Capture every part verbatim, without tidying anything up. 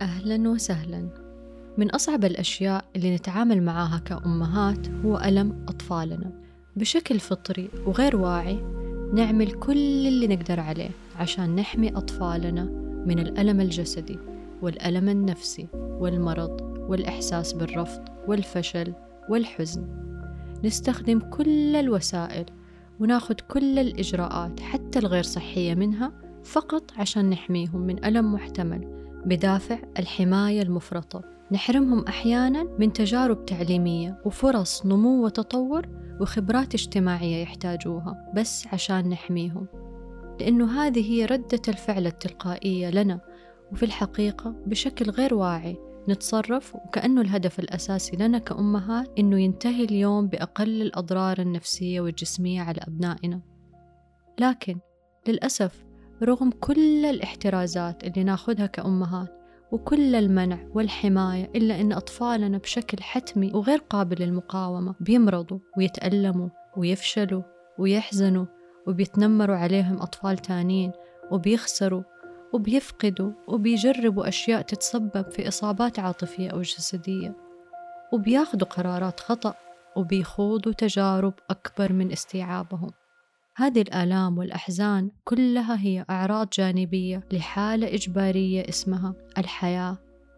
أهلاً وسهلاً. من أصعب الأشياء اللي نتعامل معاها كأمهات هو ألم أطفالنا. بشكل فطري وغير واعي نعمل كل اللي نقدر عليه عشان نحمي أطفالنا من الألم الجسدي والألم النفسي والمرض والإحساس بالرفض والفشل والحزن. نستخدم كل الوسائل وناخد كل الإجراءات حتى الغير صحية منها فقط عشان نحميهم من ألم محتمل بدافع الحماية المفرطة. نحرمهم أحياناً من تجارب تعليمية وفرص نمو وتطور وخبرات اجتماعية يحتاجوها بس عشان نحميهم، لأنه هذه هي ردة الفعل التلقائية لنا. وفي الحقيقة بشكل غير واعي نتصرف وكأنه الهدف الأساسي لنا كأمهات إنه ينتهي اليوم بأقل الأضرار النفسية والجسمية على أبنائنا. لكن للأسف رغم كل الاحترازات اللي ناخدها كأمهات وكل المنع والحماية، إلا أن أطفالنا بشكل حتمي وغير قابل للمقاومة بيمرضوا ويتألموا ويفشلوا ويحزنوا وبيتنمروا عليهم أطفال تانين وبيخسروا وبيفقدوا وبيجربوا أشياء تتسبب في إصابات عاطفية أو جسدية وبياخدوا قرارات خطأ وبيخوضوا تجارب أكبر من استيعابهم. هذه الآلام والأحزان كلها هي أعراض جانبية لحالة إجبارية اسمها الحياة.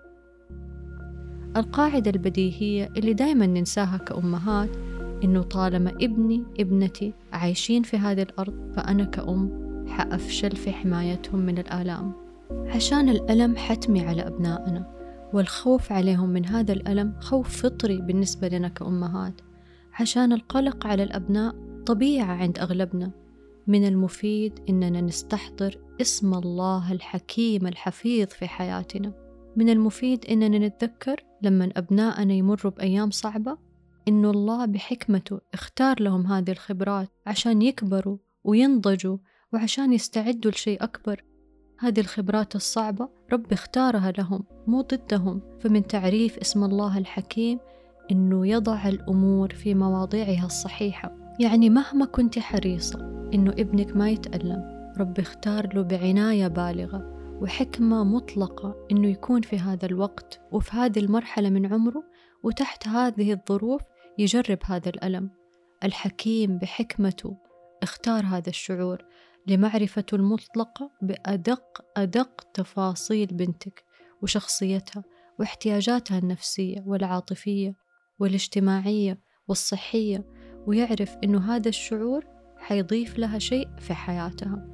القاعدة البديهية اللي دايما ننساها كأمهات إنه طالما ابني ابنتي عايشين في هذه الأرض فأنا كأم حأفشل في حمايتهم من الآلام، عشان الألم حتمي على أبنائنا والخوف عليهم من هذا الألم خوف فطري بالنسبة لنا كأمهات، عشان القلق على الأبناء طبيعة عند أغلبنا. من المفيد إننا نستحضر اسم الله الحكيم الحفيظ في حياتنا. من المفيد إننا نتذكر لما أبناءنا يمروا بأيام صعبة إنه الله بحكمته اختار لهم هذه الخبرات عشان يكبروا وينضجوا وعشان يستعدوا لشيء أكبر. هذه الخبرات الصعبة رب اختارها لهم مو ضدهم. فمن تعريف اسم الله الحكيم إنه يضع الأمور في مواضعها الصحيحة. يعني مهما كنت حريصة إنه ابنك ما يتألم، رب اختار له بعناية بالغة وحكمة مطلقة إنه يكون في هذا الوقت وفي هذه المرحلة من عمره وتحت هذه الظروف يجرب هذا الألم. الحكيم بحكمته اختار هذا الشعور لمعرفته المطلقة بأدق أدق تفاصيل بنتك وشخصيتها واحتياجاتها النفسية والعاطفية والاجتماعية والصحية، ويعرف إنه هذا الشعور حيضيف لها شيء في حياتها.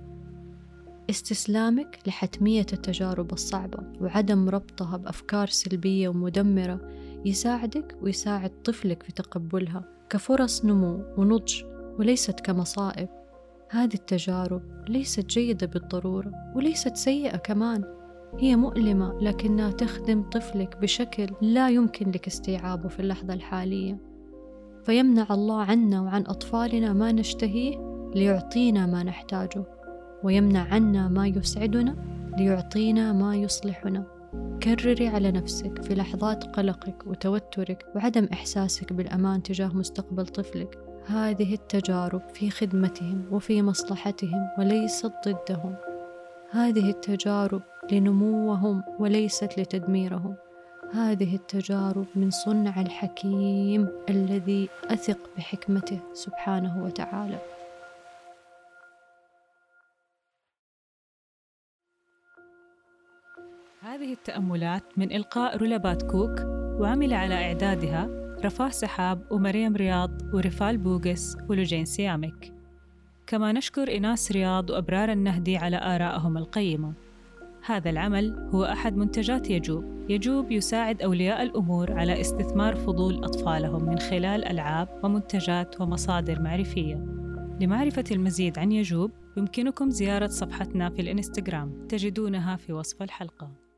استسلامك لحتمية التجارب الصعبة وعدم ربطها بأفكار سلبية ومدمرة يساعدك ويساعد طفلك في تقبلها كفرص نمو ونضج وليست كمصائب. هذه التجارب ليست جيدة بالضرورة وليست سيئة كمان، هي مؤلمة لكنها تخدم طفلك بشكل لا يمكن لك استيعابه في اللحظة الحالية. فيمنع الله عنا وعن أطفالنا ما نشتهيه ليعطينا ما نحتاجه، ويمنع عنا ما يسعدنا ليعطينا ما يصلحنا. كرري على نفسك في لحظات قلقك وتوترك وعدم إحساسك بالأمان تجاه مستقبل طفلك: هذه التجارب في خدمتهم وفي مصلحتهم وليست ضدهم. هذه التجارب لنموهم وليست لتدميرهم. هذه التجارب من صنع الحكيم الذي أثق بحكمته سبحانه وتعالى. هذه التأملات من إلقاء رولبات كوك، وعمل على إعدادها رفاه سحاب ومريم رياض ورفال بوغس ولجين سيامك. كما نشكر إناس رياض وأبرار النهدي على آرائهم القيمة. هذا العمل هو أحد منتجات يجوب. يجوب يساعد أولياء الأمور على استثمار فضول أطفالهم من خلال ألعاب ومنتجات ومصادر معرفية. لمعرفة المزيد عن يجوب يمكنكم زيارة صفحتنا في الإنستغرام، تجدونها في وصف الحلقة.